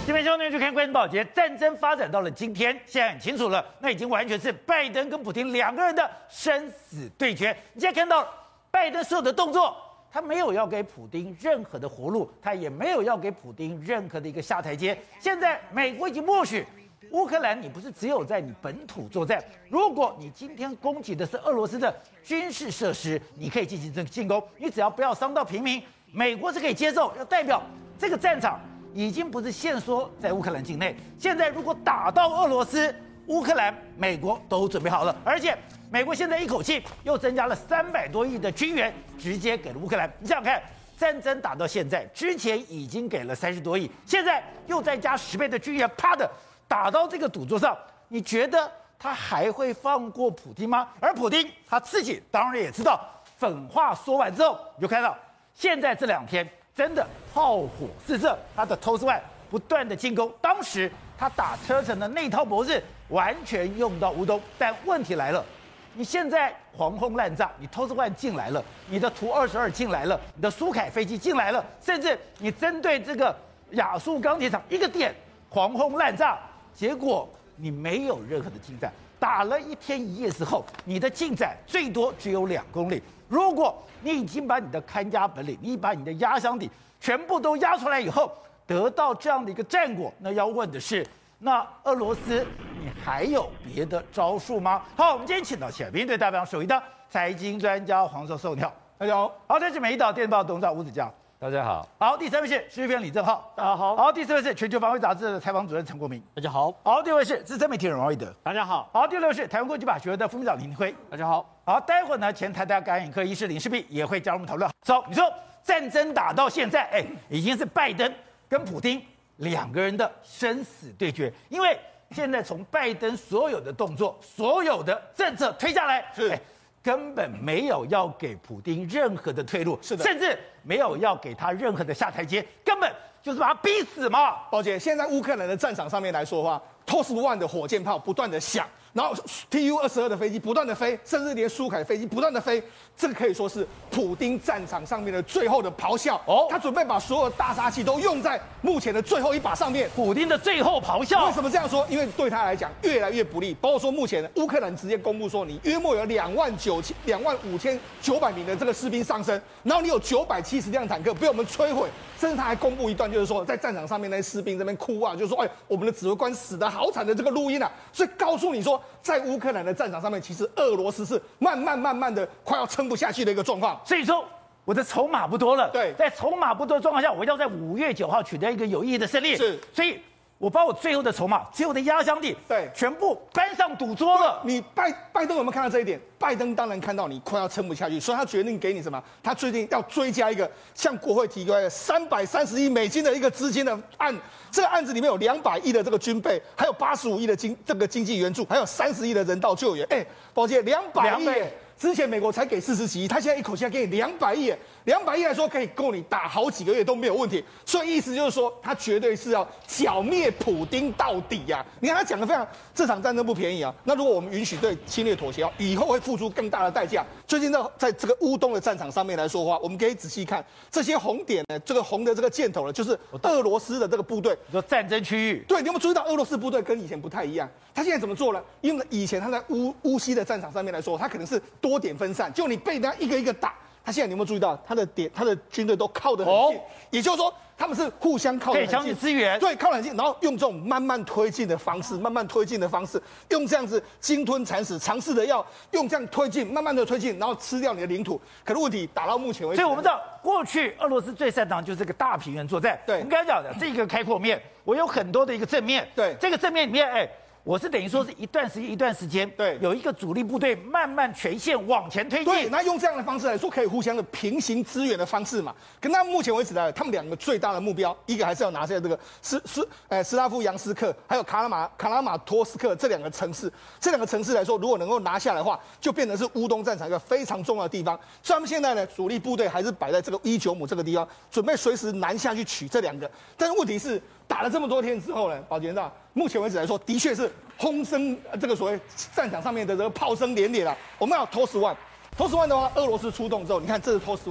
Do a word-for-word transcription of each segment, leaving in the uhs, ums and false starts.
这边兄弟去看关键报节，战争发展到了今天，现在很清楚了，那已经完全是拜登跟普丁两个人的生死对决。你现在看到拜登所有的动作，他没有要给普丁任何的活路，他也没有要给普丁任何的一个下台阶。现在美国已经默许乌克兰，你不是只有在你本土作战，如果你今天攻击的是俄罗斯的军事设施，你可以进行这个进攻，你只要不要伤到平民，美国是可以接受。要代表这个战场已经不是限缩在乌克兰境内，现在如果打到俄罗斯、乌克兰，美国都准备好了，而且美国现在一口气又增加了三百多亿的军援，直接给了乌克兰。你想想看，战争打到现在，之前已经给了三十多亿，现在又再加十倍的军援，啪的打到这个赌桌上，你觉得他还会放过普丁吗？而普丁他自己当然也知道，狠话说完之后，你就看到现在这两天真的炮火四射，他的投斯万不断的进攻。当时他打车臣的那套模式完全用到乌东，但问题来了，你现在狂轰滥炸，你投斯万进来了，你的图二十二进来了，你的苏凯飞机进来了，甚至你针对这个亚速钢铁厂一个点狂轰滥炸，结果你没有任何的进展。打了一天一夜之后，你的进展最多只有两公里。如果你已经把你的看家本领，你把你的压箱底全部都压出来以后，得到这样的一个战果，那要问的是，那俄罗斯你还有别的招数吗？好，我们今天请到前面对代表首席的财经专家黄寿寿，你好，大家好。好，这是美丽岛电报董事长吴子嘉， 大家好。 好，第三位是时事评李正浩， 大家好。 好，第四位是全球防卫杂志的采访主任陈国民， 大家好。 好，第五位是资深媒体人王瑞德， 大家好。 好，第六位是台湾国际法学会的副秘书长林辉， 大家好。 好，待会儿呢，前台大感染科医师林世璧也会加入我们讨论。走，你说战争打到现在，哎，已经是拜登跟普丁两个人的生死对决，因为现在从拜登所有的动作、所有的政策推下来， 是。 哎，根本没有要给普丁任何的退路， 是的， 甚至没有要给他任何的下台阶，根本就是把他逼死嘛。 宝姐，现在乌克兰的战场上面来说的话 ，T O S one 的火箭炮不断的响，然后 T U 二十二的飞机不断的飞，甚至连苏凯飞机不断的飞，这个可以说是普丁战场上面的最后的咆哮。哦，他准备把所有大杀器都用在目前的最后一把上面。 普丁的最后咆哮， 为什么这样说？因为对他来讲越来越不利。包括说目前乌克兰直接公布说，你约莫有两万九千、两万五千九百名的这个士兵丧生，然后你有九百七十辆坦克被我们摧毁，甚至他还公布一段，就是说在战场上面那些士兵这边哭啊，就是说，哎，我们的指挥官死得好惨的这个录音啊，所以告诉你说，在乌克兰的战场上面，其实俄罗斯是慢慢慢慢的快要撑不下去的一个状况。 所以说，我的筹码不多了。 对， 在筹码不多的状况下，我要在五月九号取得一个有意义的胜利。 是， 所以我把我最后的筹码、最后的压箱底， 对， 全部搬上赌桌了。 你拜拜登有没有看到这一点？拜登当然看到你快要撑不下去，所以他决定给你什么？他最近要追加一个向国会提出来的三百三十亿美金的一个资金的案。这个案子里面有两百亿的这个军备，还有八十五亿的经这个经济援助，还有三十亿的人道救援。哎，宝姐，两百亿。之前美国才给四十几亿，他现在一口气要给你两百亿，两百亿来说可以够你打好几个月都没有问题。所以意思就是说，他绝对是要剿灭普丁到底呀、啊！你看他讲的非常，这场战争不便宜啊。那如果我们允许对侵略妥协，以后会付出更大的代价。最近在在这个乌东的战场上面来说的话，我们可以仔细看这些红点呢，这个红的这个箭头呢，就是俄罗斯的这个部队。 你说战争区域， 对，你有没有注意到俄罗斯部队跟以前不太一样？他现在怎么做呢？因为以前他在乌乌西的战场上面来说，他可能是多点分散，就你被人家一个一个打。他现在你有没有注意到，他的点，他的军队都靠得很近，哦、也就是说他们是互相靠得很近， 可以相互支援， 对，靠得很近，然后用这种慢慢推进的方式，慢慢推进的方式，用这样子鲸吞蚕食，尝试的要用这样推进，慢慢的推进，然后吃掉你的领土。可是问题打到目前为止， 所以我们知道，过去俄罗斯最擅长就是这个大平原作战。 对， 我们刚才讲的这个开阔面，我有很多的一个正面。 对， 这个正面里面，哎。我是等于说是一段时间一段时间， 对， 有一个主力部队慢慢全线往前推进。 对，那用这样的方式来说，可以互相的平行支援的方式嘛。可那目前为止呢，他们两个最大的目标，一个还是要拿下这个斯斯呃斯拉夫扬斯克，还有卡拉马卡拉马托斯克这两个城市。这两个城市来说，如果能够拿下来的话，就变成是乌东战场一个非常重要的地方。所以他们现在呢，主力部队还是摆在这个伊久姆这个地方，准备随时南下去取这两个。但是问题是，打了这么多天之后呢，宝杰长，目前为止来说，的确是轰声，这个所谓战场上面的这个炮声连连啊。我们要 T O S one，T O S one 的话，俄罗斯出动之后，你看这是 T O S one，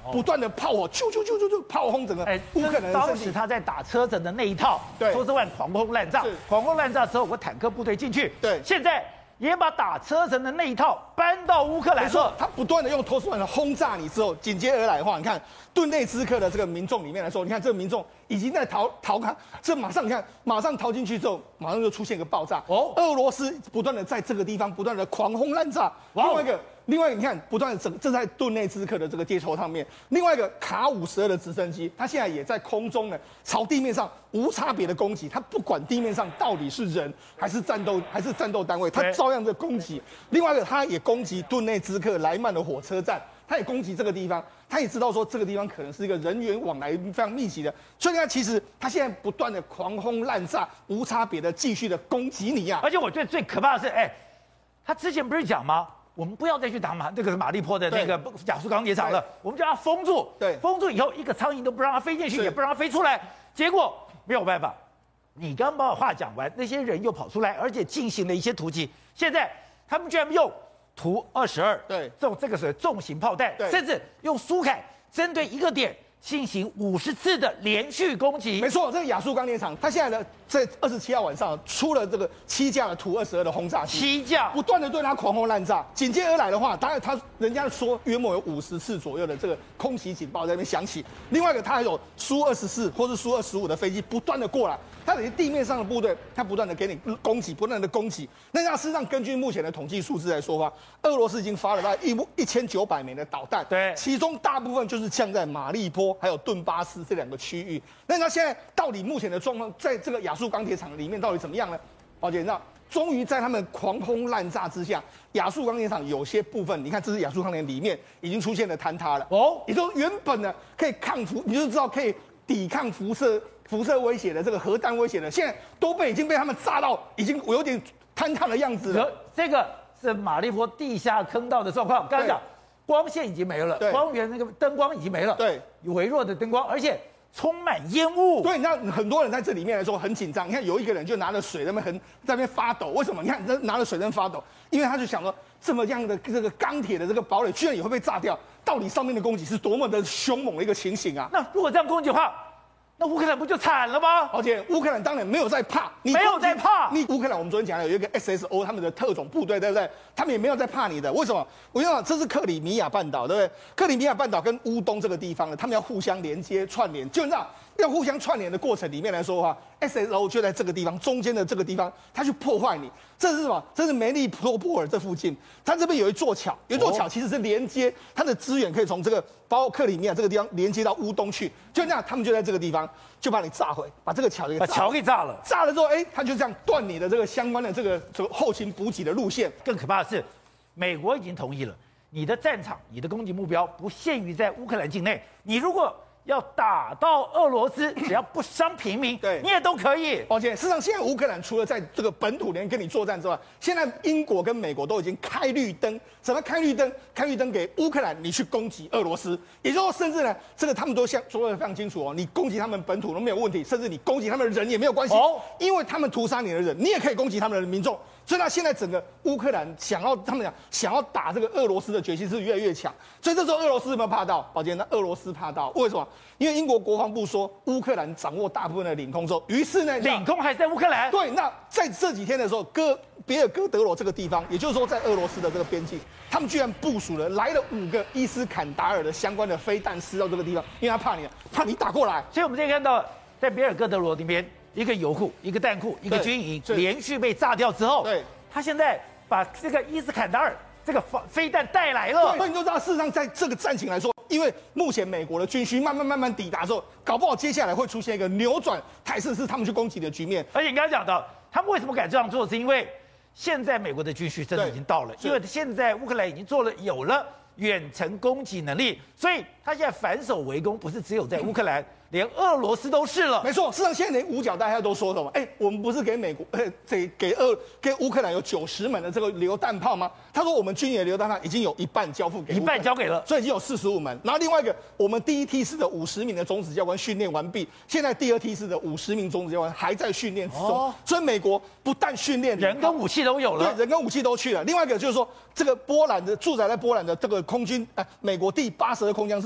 不断的炮火，啾啾啾啾啾炮轰整个哎， 乌克兰的当阵地。 时他在打车臣的那一套， 对说实话狂轰滥炸是， 狂轰滥炸之后，我坦克部队进去， 对现在也把打车臣的那一套搬到乌克兰没错了，。 他不断的用投石板的轰炸你之后，紧接而来的话，你看顿内兹克的这个民众里面来说，你看这个民众已经在逃逃开，这马上你看马上逃进去之后，马上就出现一个爆炸。 哦俄罗斯不断的在这个地方不断的狂轰滥炸。 哇哦另外一个。另外，你看，不断的整，这在顿内兹克的这个街头上面。另外一个卡五十二的直升机，它现在也在空中呢，朝地面上无差别的攻击。它不管地面上到底是人还是战斗还是战斗单位，它对照样的攻击。另外一个，它也攻击顿内兹克莱曼的火车站，它也攻击这个地方。他也知道说这个地方可能是一个人员往来非常密集的，所以你看，其实他现在不断的狂轰滥炸，无差别的继续的攻击你呀、啊。 而且我觉得最可怕的是，哎，他之前不是讲吗？我们不要再去打马这个马利坡的那个亚速钢铁厂了，我们就要封住。 对， 封住以后，一个苍蝇都不让它飞进去，也不让它飞出来。结果没有办法，你刚把我话讲完，那些人又跑出来，而且进行了一些突击。现在他们居然用图二十二， 对， 这种这个是重型炮弹，甚至用苏凯针对一个点进行五十次的连续攻击。 没错，这个亚速钢铁厂，它现在呢在二十七号晚上出了这个七架的图二十二的轰炸机， 七架不断的对它狂轰滥炸。紧接而来的话，当然他人家说约莫有五十次左右的这个空袭警报在那边响起。另外一个，它还有苏二十四或是苏二十五的飞机不断的过来，它等于地面上的部队，它不断的给你攻击，不断的攻击。那那事实上，根据目前的统计数字来说的话，俄罗斯已经发了大概一一千九百枚的导弹， 对， 其中大部分就是降在马利坡还有顿巴斯这两个区域。那那现在到底目前的状况，在这个亚速钢铁厂里面到底怎么样呢？宝姐，那终于在他们狂轰滥炸之下，亚速钢铁厂有些部分，你看这是亚速钢铁里面已经出现了坍塌了。哦，也就是原本呢可以抗辐，你就知道可以抵抗辐射辐射威胁的这个核弹威胁的，现在都被已经被他们炸到已经有点坍塌的样子了。 这个是马利坡地下坑道的状况，刚才讲光线已经没了，光源那个灯光已经没了， 对， 微弱的灯光，而且充满烟雾。 对，那很多人在这里面来说很紧张。你看有一个人就拿着水在那边很在那边发抖，为什么？你看拿着水在那边发抖，因为他就想说这么样的这个钢铁的这个堡垒居然也会被炸掉，到底上面的攻击是多么的凶猛的一个情形啊！ 那如果这样攻击的话，那乌克兰不就惨了吗？ 而且乌克兰当然没有在怕， 你没有在怕。 你乌克兰我们昨天讲了有一个 S S O 他们的特种部队，对不对？他们也没有在怕你的。为什么？我跟你讲，这是克里米亚半岛，对不对？克里米亚半岛跟乌东这个地方呢，他们要互相连接串联，就你知道。要互相串联的过程里面来说的话 ，S S O 就在这个地方中间的这个地方，它去破坏你。这是什么？这是梅利波波尔这附近，它这边有一座桥，有一座桥其实是连接它的资源可以从这个包括克里米亚这个地方连接到乌东去。就这样，他们就在这个地方就把你炸毁，把这个桥给把桥给炸了。 炸了之后，哎，他就这样断你的这个相关的这个这个后勤补给的路线。 更可怕的是，美国已经同意了，你的战场、你的攻击目标不限于在乌克兰境内，你如果要打到俄罗斯，只要不伤平民， 对你也都可以。 抱歉，事实上现在乌克兰除了在这个本土连跟你作战之外，现在英国跟美国都已经开绿灯。什么开绿灯？开绿灯给乌克兰，你去攻击俄罗斯。也就是说，甚至呢，这个他们都像说的非常清楚哦，你攻击他们本土都没有问题，甚至你攻击他们的人也没有关系，哦，因为他们屠杀你的人，你也可以攻击他们的民众。所以呢，现在整个乌克兰想要他们讲想要打这个俄罗斯的决心是越来越强。所以这时候俄罗斯有没有怕到？宝剑，那俄罗斯怕到，为什么？因为英国国防部说乌克兰掌握大部分的领空之后，于是呢， 领空还在乌克兰。 对，那在这几天的时候，哥别尔哥德罗这个地方，也就是说在俄罗斯的这个边境，他们居然部署了来了五个伊斯坎达尔的相关的飞弹师到这个地方，因为他怕你，怕你打过来。 所以我们现在看到，在别尔哥德罗那边，一个油库、一个弹库、一个军营连续被炸掉之后， 对， 他现在把这个伊斯坎达尔这个飞弹带来了。 所以你就知道，事实上在这个战情来说，因为目前美国的军需慢慢慢慢抵达之后，搞不好接下来会出现一个扭转态势，是他们去攻击的局面。 而且你刚才讲到，他们为什么敢这样做，是因为现在美国的军需真的已经到了，因为现在乌克兰已经做了有了远程攻击能力，所以他现在反手围攻不是只有在乌克兰，连俄罗斯都是了。 没错，事实上现在连五角大家都说了嘛，哎，我们不是给美国，呃，给给俄给乌克兰有九十门的这个榴弹炮吗？他说我们军营的榴弹炮已经有一半交付给乌克兰， 一半交给了， 所以已经有四十五门。然后另外一个，我们第一梯次的五十名的种子教官训练完毕，现在第二梯次的五十名种子教官还在训练之中。哦，所以美国不但训练人跟武器都有了， 对，人跟武器都去了。另外一个就是说，这个波兰的驻扎在波兰的这个空军，哎、呃，美国第八十二空降师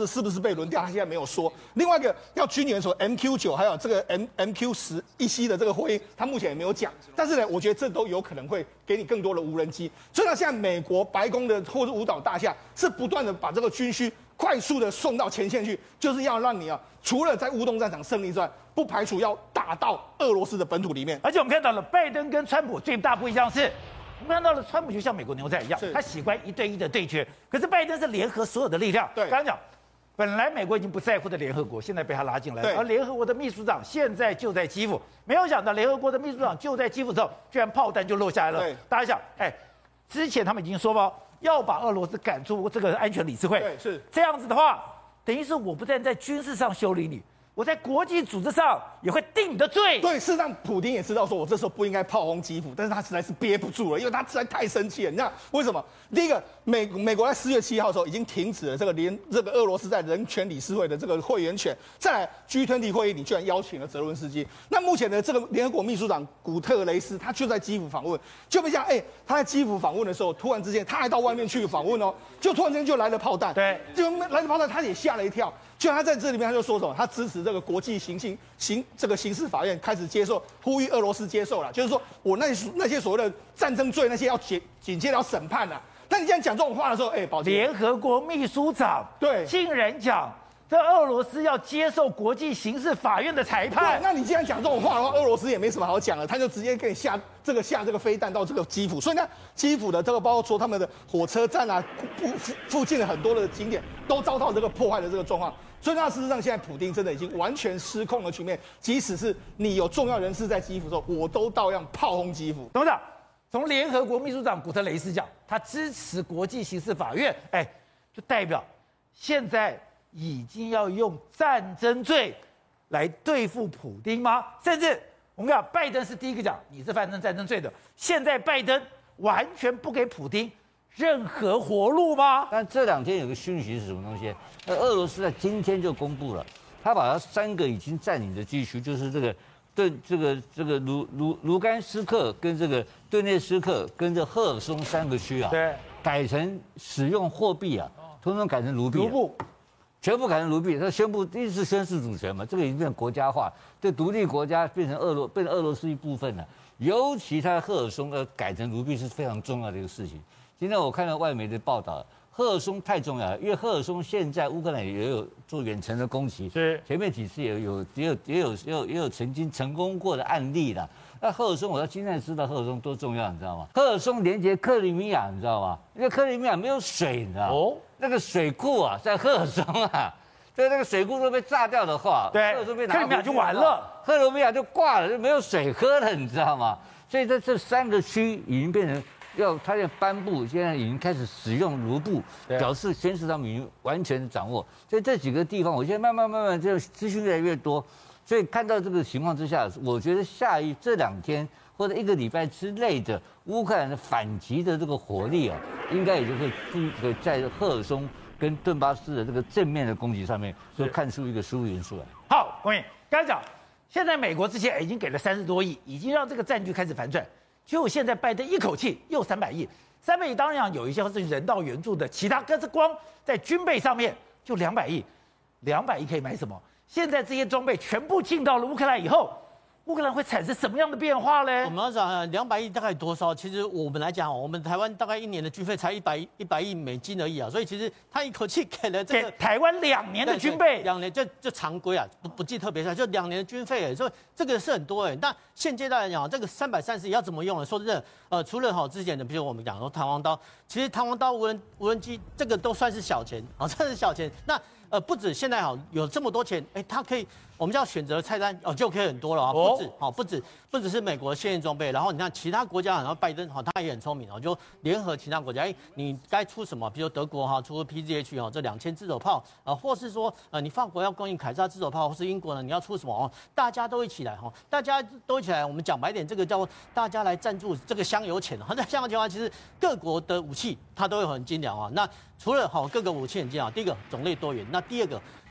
是不是被轮调，他现在没有说。另外一个要军援所 M Q 九还有这个 M MQ 十一 C 的这个会议，他目前也没有讲。但是呢，我觉得这都有可能会给你更多的无人机。所以呢，现在美国白宫的或者舞蹈大厦是不断的把这个军需快速的送到前线去，就是要让你啊，除了在乌东战场胜利之外，不排除要打到俄罗斯的本土里面。 而且我们看到了拜登跟川普最大不一样是。我们看到了，川普就像美国牛仔一样，他喜欢一对一的对决。可是拜登是联合所有的力量。 对， 刚刚讲，本来美国已经不在乎的联合国，现在被他拉进来了。而联合国的秘书长现在就在基辅，没有想到联合国的秘书长就在基辅之后，居然炮弹就落下来了。大家想，哎，之前他们已经说过要把俄罗斯赶出这个安全理事会。 对，是这样子的话，等于是我不但在军事上修理你。我在国际组织上也会定你的罪。 对，事实上，普丁也知道说，我这时候不应该炮轰基辅，但是他实在是憋不住了，因为他实在太生气了。你看为什么？第一个，美美国在四月七号的时候已经停止了这个联这个俄罗斯在人权理事会的这个会员权。再来 G 二十 会议，你居然邀请了泽伦斯基。那目前的这个联合国秘书长古特雷斯，他就在基辅访问，就被讲，哎，他在基辅访问的时候，突然之间他还到外面去访问哦，就突然间就来了炮弹。 对， 就来了炮弹，他也吓了一跳。就他在这里面，他就说什么？他支持这个国际刑刑刑这个刑事法院开始接受，呼吁俄罗斯接受了，就是说我那那些所谓的战争罪那些要紧紧接着要审判了。那你现在讲这种话的时候，哎，宝杰， 联合国秘书长对竟然讲这俄罗斯要接受国际刑事法院的裁判。 那你既然讲这种话的话，俄罗斯也没什么好讲了，他就直接给你下这个下这个飞弹到这个基辅。所以呢，基辅的这个包括说他们的火车站啊，附附附近的很多的景点都遭到这个破坏的这个状况。所以那事实上，现在普丁真的已经完全失控的局面。即使是你有重要人士在基辅的时候，我都照样炮轰基辅。 董事长，从联合国秘书长古特雷斯讲，他支持国际刑事法院，哎，就代表现在已经要用战争罪来对付普丁吗？甚至我们讲，拜登是第一个讲你是犯生战争罪的，现在拜登完全不给普丁任何活路吗？ 但这两天有个讯息是什么东西？那俄罗斯在今天就公布了，他把他三个已经占领的地区，就是这个对这个这个卢卢卢甘斯克跟这个顿涅斯克跟这赫尔松三个区啊， 对， 改成使用货币啊，统统改成卢币， 卢布， 全部改成卢币。他宣布一直宣示主权嘛，这个已经变成国家化，对独立国家变成俄罗变成俄罗斯一部分了。尤其他赫尔松要改成卢币是非常重要的一个事情。今天我看到外媒的报道，赫尔松太重要了，因为赫尔松现在乌克兰也有做远程的攻击， 是前面几次也有也有也有也有也有曾经成功过的案例啦。那赫尔松，我到现在知道赫尔松多重要，你知道吗？赫尔松连接克里米亚，你知道吗？因为克里米亚没有水，你知道吗？哦，那个水库啊，在赫尔松啊，所以那个水库都被炸掉的话， 对， 赫尔松被拿克里米亚就完了， 克里米亚就挂了，就没有水喝了，你知道吗？所以在这三个区已经变成。要他要颁布，现在已经开始使用卢布，表示宣示他们已经完全掌握。所以这几个地方，我现在慢慢慢慢，这个资讯越来越多，所以看到这个情况之下，我觉得下一这两天或者一个礼拜之内的乌克兰的反击的这个火力啊，应该也就会注在赫尔松跟顿巴斯的这个正面的攻击上面，就看出一个输赢出来。 好，龚颖，刚才讲，现在美国之前已经给了三十多亿，已经让这个战局开始反转。结果现在拜登一口气又三百亿，三百亿当然有一些是人道援助的，其他更是光在军备上面就两百亿，两百亿可以买什么？现在这些装备全部进到了乌克兰以后，乌克兰会产生什么样的变化呢？ 我们要讲两百亿大概多少？其实我们来讲，我们台湾大概一年的军费才一百一百亿美金而已啊，所以其实他一口气给了这个台湾两年的军备， 两年就就常规啊，不不计特别赛，就两年的军费，所以这个是很多哎。那现阶段来讲，这个三百三十要怎么用呢？说真的，呃，除了哈之前的，比如我们讲说弹簧刀，其实弹簧刀、无人无人机这个都算是小钱啊，这是小钱。那呃，不止现在好有这么多钱，哎，它可以，我们叫选择菜单哦，就可以很多了啊，不止，好，不止，不只是美国的现役装备，然后你看其他国家，然后拜登哈，他也很聪明哦，就联合其他国家，哎，你该出什么？比如德国哈，出 P Z H 哈，这两千自走炮啊，或是说呃，你法国要供应凯撒自走炮，或是英国呢，你要出什么哦？大家都一起来哈，大家都一起来，我们讲白点，这个叫大家来赞助这个香油钱哈，那香油钱的话，其实各国的武器它都有很精良啊，那。除了好各个武器很精啊，第一个种类多元，那第二个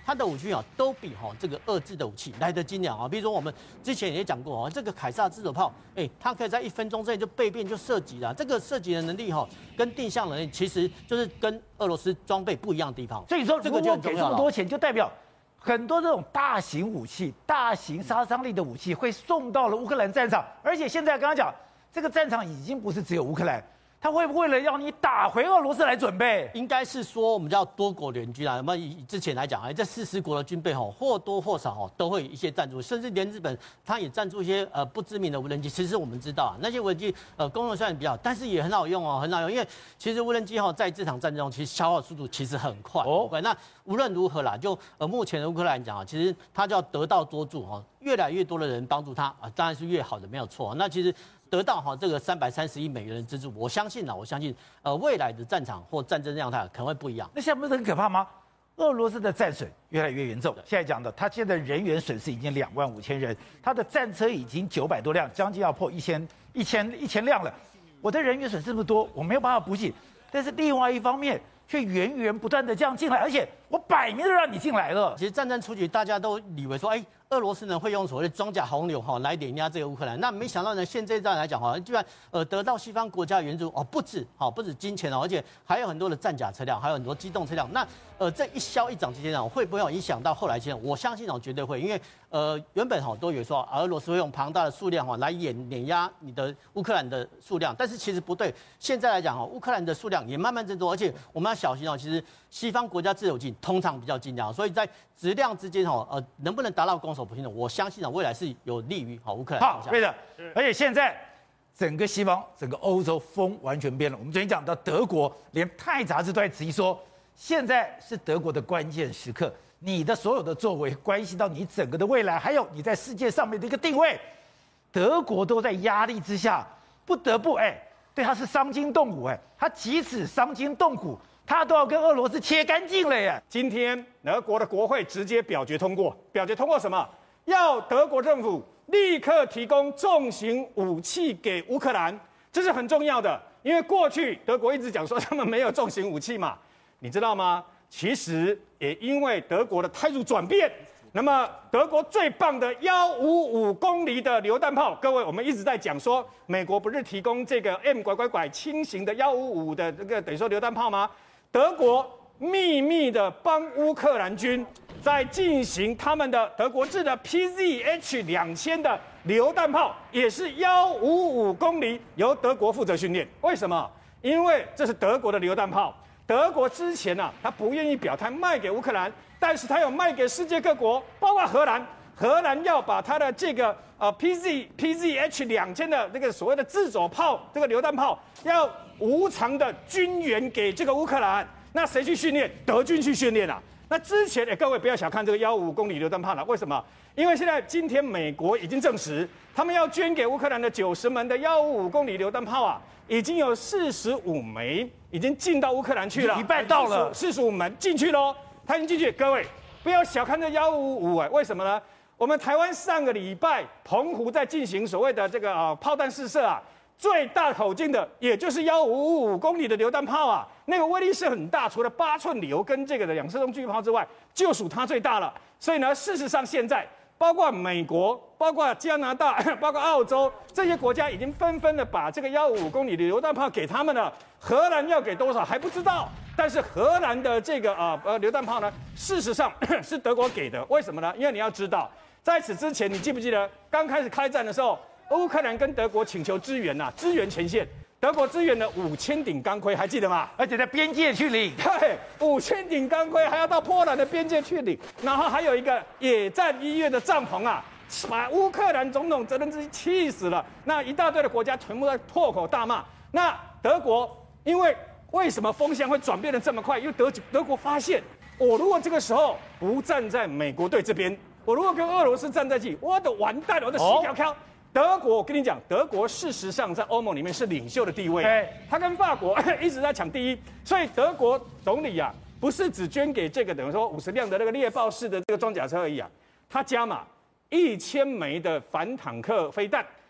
它的武器啊都比哈这个俄制的武器来得精良啊。比如说我们之前也讲过啊，这个凯撒自走炮，哎，它可以在一分钟之内就背面就射击了。这个射击的能力哈，跟定向能力其实就是跟俄罗斯装备不一样的地方。 所以说， 这个就很重给要了。 这么多钱，就代表很多这种大型武器、大型杀伤力的武器会送到了乌克兰战场，而且现在刚刚讲，这个战场已经不是只有乌克兰。他会不会为了要你打回俄罗斯来准备？ 应该是说我们叫多国联军啊。那么以之前来讲，哎，这四十国的军备吼，或多或少吼都会有一些赞助，甚至连日本它也赞助一些呃不知名的无人机。其实我们知道啊，那些无人机呃功能虽然比较，但是也很好用哦，很好用。因为其实无人机哈在这场战争中，其实消耗速度其实很快。哦，那无论如何啦，就呃目前的乌克兰讲啊，其实它就要得到多助哈，越来越多的人帮助他啊，当然是越好的，没有错。那其实。得到哈这个三百三十亿美元的资助，我相信啊，我相信呃未来的战场或战争样态可能会不一样。 那现在不是很可怕吗？俄罗斯的战损越来越严重。现在讲的，他现在人员损失已经两万五千人，他的战车已经九百多辆，将近要破一千一千一千辆了。我的人员损失这么多，我没有办法补给，但是另外一方面却源源不断的这样进来，而且我摆明了让你进来了。 其实战争初期大家都以为说，哎。俄罗斯呢会用所谓的装甲洪流哈来碾压这个乌克兰，那没想到呢，现在来讲哈，居然呃得到西方国家援助哦，不止好不止金钱哦，而且还有很多的战甲车辆，还有很多机动车辆。那呃这一消一涨之间呢，会不会有影响到后来？其实我相信哦，绝对会，因为呃原本哈都以为说俄罗斯会用庞大的数量哈来碾碾压你的乌克兰的数量，但是其实不对。现在来讲哈，乌克兰的数量也慢慢增多，而且我们要小心哦，其实西方国家自有劲通常比较精良，所以在质量之间哈呃能不能达到攻守不平等，我相信啊，未来是有利于好乌克兰。 好，对的。而且现在整个西方、整个欧洲风完全变了。我们昨天讲到德国，连《泰》杂志都在质疑说，现在是德国的关键时刻，你的所有的作为关系到你整个的未来，还有你在世界上面的一个定位。德国都在压力之下，不得不哎，对他是伤筋动骨哎，他即使伤筋动骨。他都要跟俄罗斯切干净了耶！ 今天德国的国会直接表决通过，表决通过什么？要德国政府立刻提供重型武器给乌克兰，这是很重要的。因为过去德国一直讲说他们没有重型武器嘛，你知道吗？其实也因为德国的态度转变，那么德国最棒的幺五五公里的榴弹炮，各位我们一直在讲说，美国不是提供这个 M 拐拐拐轻型的幺五五的这个等于说榴弹炮吗？德国秘密的帮乌克兰军在进行他们的德国制的 P Z H 两千的榴弹炮，也是幺五五公里，由德国负责训练。为什么？因为这是德国的榴弹炮。德国之前呢、啊，他不愿意表态卖给乌克兰，但是他有卖给世界各国，包括荷兰。荷兰要把他的这个呃 P Z P Z H 两千的这个所谓的自走炮，这个榴弹炮要无偿的军援给这个乌克兰。那谁去训练？德军去训练啊。那之前，哎，各位不要小看这个幺五公里榴弹炮了。为什么？因为现在今天美国已经证实，他们要捐给乌克兰的九十门的幺五五公里榴弹炮啊，已经有四十五枚已经进到乌克兰去了， 一半到了， 四十五门进去喽，他已经进去。各位不要小看这幺五五哎，为什么呢？我们台湾上个礼拜澎湖在进行所谓的这个呃炮弹试射啊，最大口径的也就是幺五五公里的榴弹炮啊，那个威力是很大，除了八寸榴跟这个的两射重巨炮之外，就属它最大了。所以呢，事实上现在包括美国、包括加拿大、包括澳洲这些国家已经纷纷的把这个幺五五公里的榴弹炮给他们了。荷兰要给多少还不知道，但是荷兰的这个呃呃榴弹炮呢，事实上是德国给的。为什么呢？因为你要知道。在此之前，你记不记得刚开始开战的时候，乌克兰跟德国请求支援呐、啊，支援前线，德国支援了五千顶钢盔，还记得吗？ 而且在边界去领， 对，五千顶钢盔还要到波兰的边界去领，然后还有一个野战医院的帐篷啊，把乌克兰总统泽连斯基气死了。那一大堆的国家全部在破口大骂。那德国因为为什么风向会转变得这么快？因为德德国发现，我如果这个时候不站在美国队这边。我如果跟俄罗斯站在一起，我的完蛋了，我的死翘翘。德国，我跟你讲，德国事实上在欧盟里面是领袖的地位，啊，他跟法国一直在抢第一，所以德国总理啊，不是只捐给这个等于说五十辆的那个猎豹式的这个装甲车而已啊，他加码一千枚的反坦克飞弹，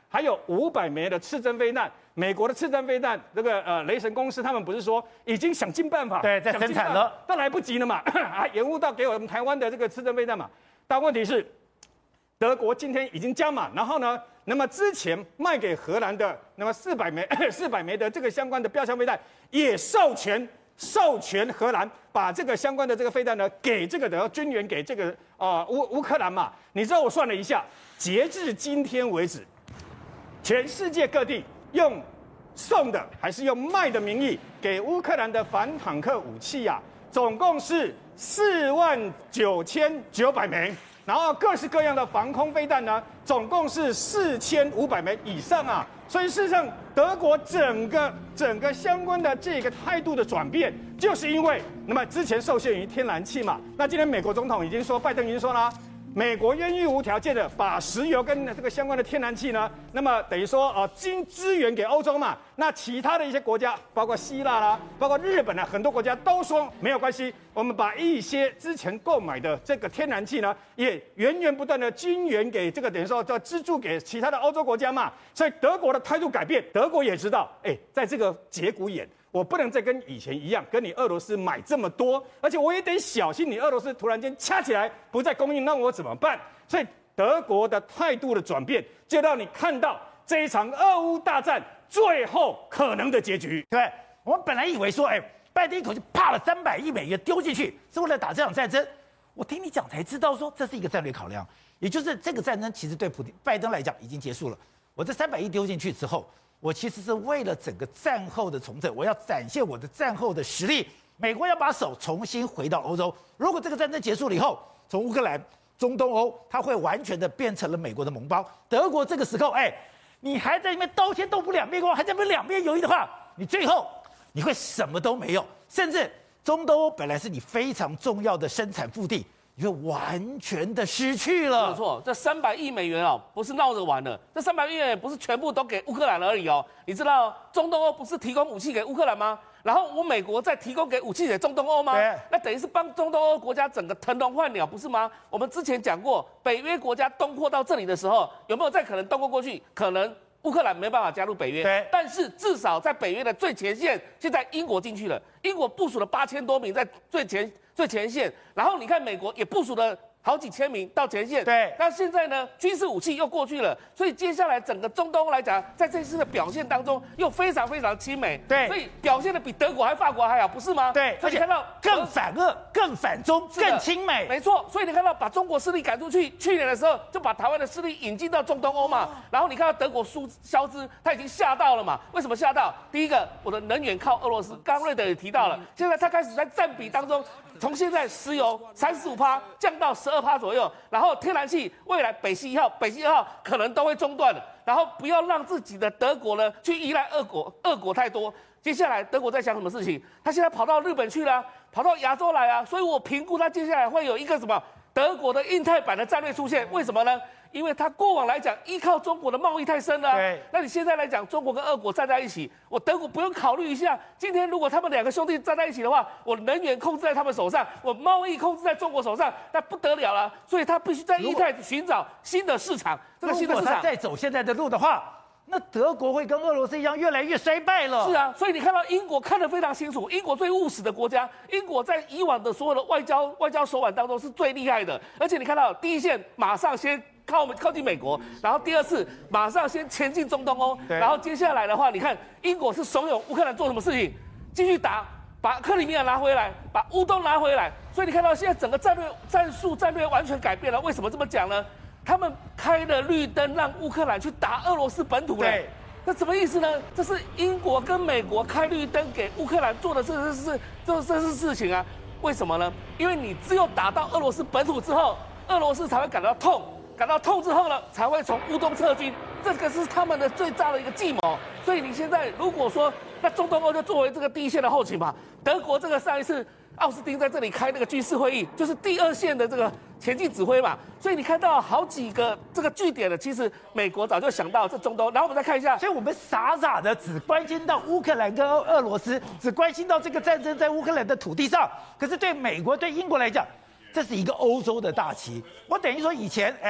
还有五百枚的刺针飞弹。美国的刺针飞弹，这个呃雷神公司他们不是说已经想尽办法对在生产了， 都来不及了嘛，还延误到给我们台湾的这个刺针飞弹嘛。但问题是，德国今天已经加码，然后呢，那么之前卖给荷兰的那么四百枚四百枚的这个相关的标枪飞弹，也授权授权荷兰把这个相关的这个飞弹呢给这个的军援给这个啊、呃、乌乌克兰嘛。你知道我算了一下，截至今天为止，全世界各地用送的还是用卖的名义给乌克兰的反坦克武器呀、啊，总共是四万九千九百枚。然后各式各样的防空飞弹呢，总共是四千五百枚以上啊！所以事实上，德国整个整个相关的这个态度的转变，就是因为那么之前受限于天然气嘛，那今天美国总统已经说，拜登已经说了，美国愿意无条件的把石油跟这个相关的天然气呢，那么等于说呃经支援给欧洲嘛，那其他的一些国家，包括希腊啦，包括日本啊，很多国家都说没有关系。我们把一些之前购买的这个天然气呢，也源源不断的军援给这个等于说叫资助给其他的欧洲国家嘛，所以德国的态度改变，德国也知道，哎，在这个节骨眼，我不能再跟以前一样，跟你俄罗斯买这么多，而且我也得小心你俄罗斯突然间掐起来不再供应，那我怎么办？所以德国的态度的转变，就让你看到这一场俄乌大战最后可能的结局。 对，我们本来以为说，哎。拜登一口气啪了三百亿美元丢进去，是为了打这场战争。我听你讲才知道，说这是一个战略考量，也就是这个战争其实对普丁拜登来讲已经结束了。我这三百亿丢进去之后，我其实是为了整个战后的重整，我要展现我的战后的实力。美国要把手重新回到欧洲。如果这个战争结束了以后，从乌克兰、中东欧，它会完全的变成了美国的盟邦。德国这个时候，哎，你还在那边刀尖豆腐两边光，还在那边两边犹豫的话，你最后。你会什么都没有，甚至中东欧本来是你非常重要的生产腹地，你会完全的失去了。 没错，这三百亿美元哦，不是闹着玩的。这三百亿美元不是全部都给乌克兰而已哦。你知道中东欧不是提供武器给乌克兰吗？然后我美国再提供给武器给中东欧吗？ 对， 那等于是帮中东欧国家整个腾笼换鸟，不是吗？我们之前讲过，北约国家东扩到这里的时候，有没有再可能东扩过去？可能。乌克兰没办法加入北约， 对， 但是至少在北约的最前线，现在英国进去了，英国部署了八千多名在最前最前线，然后你看美国也部署了好几千名到前线， 对， 那现在呢，军事武器又过去了，所以接下来整个中东来讲，在这次的表现当中又非常非常亲美， 对， 所以表现的比德国还法国还好，不是吗？ 对， 所以你看到更反俄、更反中、更亲美， 没错。所以你看到把中国势力赶出去，去年的时候就把台湾的势力引进到中东欧嘛，然后你看到德国输消资，他已经吓到了嘛？为什么吓到？第一个，我的能源靠俄罗斯，刚刚瑞德也提到了，现在他开始在占比当中。从现在石油三十五趴降到十二趴左右，然后天然气未来北溪一号、北溪二号可能都会中断了，然后不要让自己的德国呢去依赖俄国，俄国太多。接下来德国在想什么事情？他现在跑到日本去了，跑到亚洲来啊，所以我评估他接下来会有一个什么德国的印太版的战略出现。为什么呢？因为他过往来讲依靠中国的贸易太深了、啊， 对， 那你现在来讲，中国跟俄国站在一起，我德国不用考虑一下，今天如果他们两个兄弟站在一起的话，我能源控制在他们手上，我贸易控制在中国手上，那不得了了。所以他必须在印太寻找新的市场，这个新的市场。 如果他再走现在的路的话，那德国会跟俄罗斯一样越来越衰败了。 是啊，所以你看到英国看得非常清楚，英国最务实的国家，英国在以往的所有的外交外交手腕当中是最厉害的，而且你看到第一线马上先。靠靠近美国，然后第二次马上先前进中东欧，然后接下来的话，你看英国是怂恿乌克兰做什么事情？继续打，把克里米亚拿回来，把乌东拿回来。所以你看到现在整个战略战术战略完全改变了。为什么这么讲呢？他们开了绿灯，让乌克兰去打俄罗斯本土了。那什么意思呢？这是英国跟美国开绿灯给乌克兰做的这这是这这是事情啊？为什么呢？因为你只有打到俄罗斯本土之后，俄罗斯才会感到痛。感到痛之后呢，才会从乌东撤军，这个是他们的最大的一个计谋。所以你现在如果说，那中东欧就作为这个第一线的后勤嘛，德国这个上一次奥斯汀在这里开那个军事会议，就是第二线的这个前进指挥嘛。所以你看到好几个这个据点的，其实美国早就想到这中东。然后我们再看一下， 所以我们傻傻的只关心到乌克兰跟俄罗斯，只关心到这个战争在乌克兰的土地上，可是对美国、对英国来讲。这是一个欧洲的大棋，我等于说以前，哎，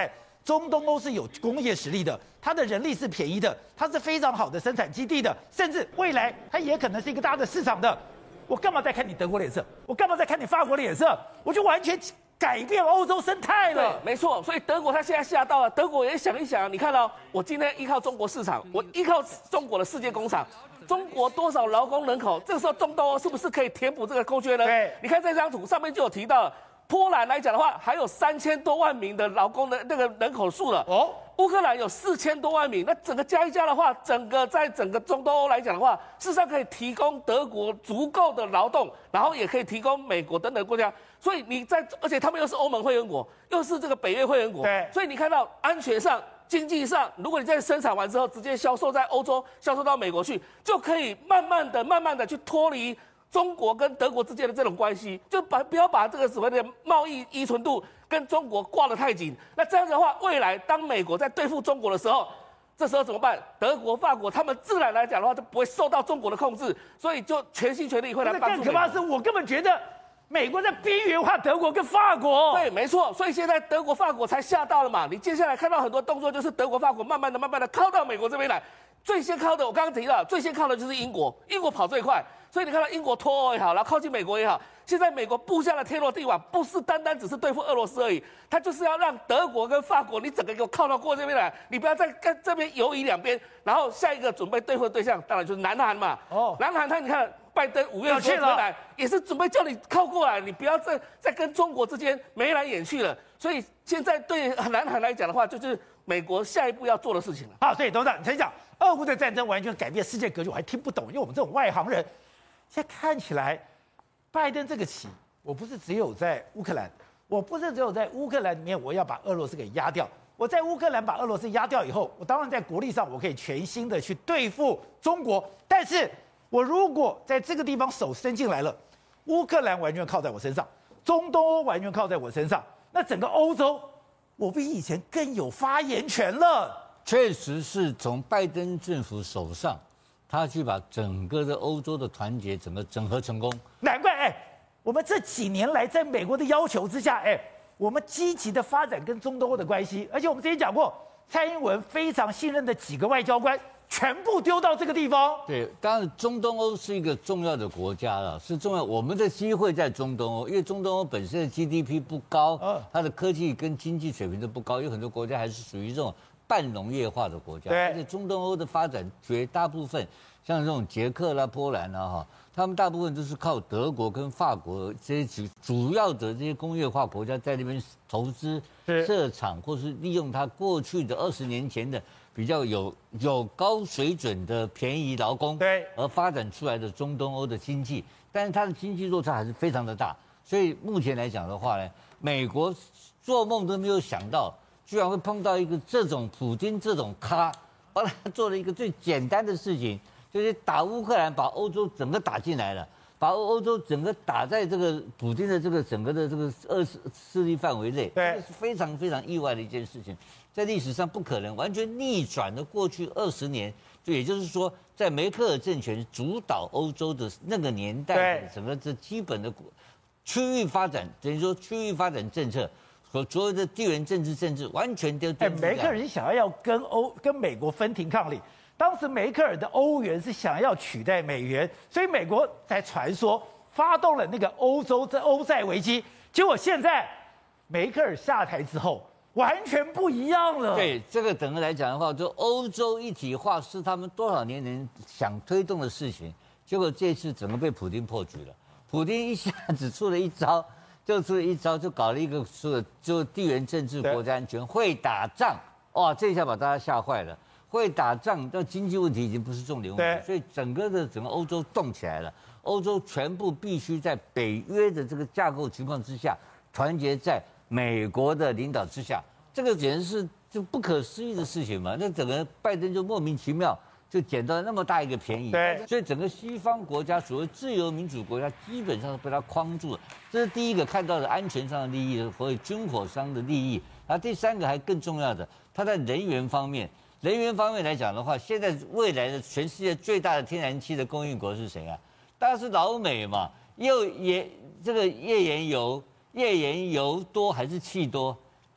中东欧是有工业实力的，它的人力是便宜的，它是非常好的生产基地的，甚至未来它也可能是一个大的市场的。我干嘛再看你德国脸色？我干嘛再看你法国脸色？我就完全改变欧洲生态了。 对，没错。所以德国它现在吓到了，德国也想一想，你看到、哦、我今天依靠中国市场，我依靠中国的世界工厂，中国多少劳工人口？这个时候中东欧是不是可以填补这个空缺呢？ 对， 你看这张图上面就有提到了。波兰来讲的话，还有三千多万名的劳工的那个人口数了。哦，乌克兰有四千多万名，那整个加一加的话，整个在整个中东欧来讲的话，事实上可以提供德国足够的劳动，然后也可以提供美国等等国家。所以你在，而且他们又是欧盟会员国，又是这个北约会员国， 对， 所以你看到安全上、经济上，如果你在生产完之后直接销售在欧洲、销售到美国去，就可以慢慢的、慢慢的去脱离中国跟德国之间的这种关系，就把不要把这个所谓的贸易依存度跟中国挂得太紧。那这样子的话，未来当美国在对付中国的时候，这时候怎么办？德国、法国他们自然来讲的话，就不会受到中国的控制，所以就全心全力会来帮助美国。 更可怕的是，我根本觉得美国在边缘化德国跟法国。 对，没错。所以现在德国、法国才吓到了嘛。你接下来看到很多动作，就是德国、法国慢慢的、慢慢的靠到美国这边来。最先靠的，我刚刚提到，最先靠的就是英国，英国跑最快。所以你看到英国脱欧也好，然后靠近美国也好，现在美国布下的天罗地网，不是单单只是对付俄罗斯而已，它就是要让德国跟法国，你整个给我靠到过这边来，你不要再跟这边游移两边。然后下一个准备对付的对象，当然就是南韩嘛。哦，南韩他你看，拜登五月份回来也是准备叫你靠过来，你不要再再跟中国之间眉来眼去了。所以现在对南韩来讲的话，就是美国下一步要做的事情了。 好，所以董事长，你先讲，俄乌的战争完全改变世界格局，我还听不懂，因为我们这种外行人。现在看起来，拜登这个棋，我不是只有在乌克兰，我不是只有在乌克兰里面，我要把俄罗斯给压掉。我在乌克兰把俄罗斯压掉以后，我当然在国力上我可以全心的去对付中国。但是我如果在这个地方手伸进来了，乌克兰完全靠在我身上，中东欧完全靠在我身上，那整个欧洲，我比以前更有发言权了。 确实是从拜登政府手上。他去把整个的欧洲的团结怎么整合成功？ 难怪哎，我们这几年来在美国的要求之下，哎，我们积极的发展跟中东欧的关系，而且我们之前讲过，蔡英文非常信任的几个外交官全部丢到这个地方。 对，当然中东欧是一个重要的国家了，是重要。我们的机会在中东欧，因为中东欧本身的 G D P 不高，它的科技跟经济水平都不高，有很多国家还是属于这种。半农业化的国家，而且中东欧的发展绝大部分，像这种捷克啦、波兰啦哈，他们大部分都是靠德国跟法国这些主要的这些工业化国家在那边投资设厂，或是利用它过去的二十年前的比较有有高水准的便宜劳工， 对， 而发展出来的中东欧的经济，但是它的经济落差还是非常的大，所以目前来讲的话呢，美国做梦都没有想到。居然会碰到一个这种普丁这种咖，帮他做了一个最简单的事情，就是打乌克兰，把欧洲整个打进来了，把欧洲整个打在这个普丁的这个整个的这个二势力范围内， 对， 这是非常非常意外的一件事情，在历史上不可能完全逆转了过去二十年，就也就是说，在梅克尔政权主导欧洲的那个年代，整个这基本的区域发展，等于说区域发展政策。和所有的地缘政治政治完全都哎，梅克尔想要要跟欧跟美国分庭抗礼，当时梅克尔的欧元是想要取代美元，所以美国才传说发动了那个欧洲的欧债危机。结果现在梅克尔下台之后，完全不一样了。 对这个整个来讲的话，就欧洲一体化是他们多少年前想推动的事情，结果这次整个被普丁破局了。普丁一下子出了一招。就出了一招，就搞了一个说，就地缘政治、国家安全会打仗，哇，这一下把大家吓坏了。会打仗，但经济问题已经不是重点问题，所以整个的整个欧洲动起来了。欧洲全部必须在北约的这个架构情况之下，团结在美国的领导之下，这个简直是就不可思议的事情嘛。那整个拜登就莫名其妙。就捡到那么大一个便宜， 对， 所以整个西方国家，所谓自由民主国家，基本上是被它框住了。这是第一个看到的安全上的利益，或者军火商的利益。然后第三个还更重要的，它在能源方面，能源方面来讲的话，现在未来的全世界最大的天然气的供应国是谁啊？当然是老美嘛。又也这个页岩油，页岩油多还是气多？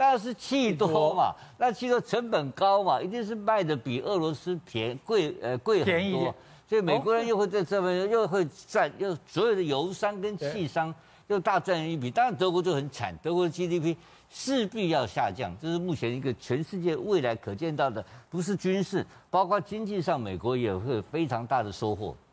当然是气多嘛，那气多成本高嘛，一定是卖的比俄罗斯便贵呃贵很多，所以美国人又会在这边又会赚，又所有的油商跟气商又大赚一笔。当然德国就很惨，德国的 G D P 势必要下降，这是目前一个全世界未来可见到的，不是军事，包括经济上，美国也会有非常大的收获。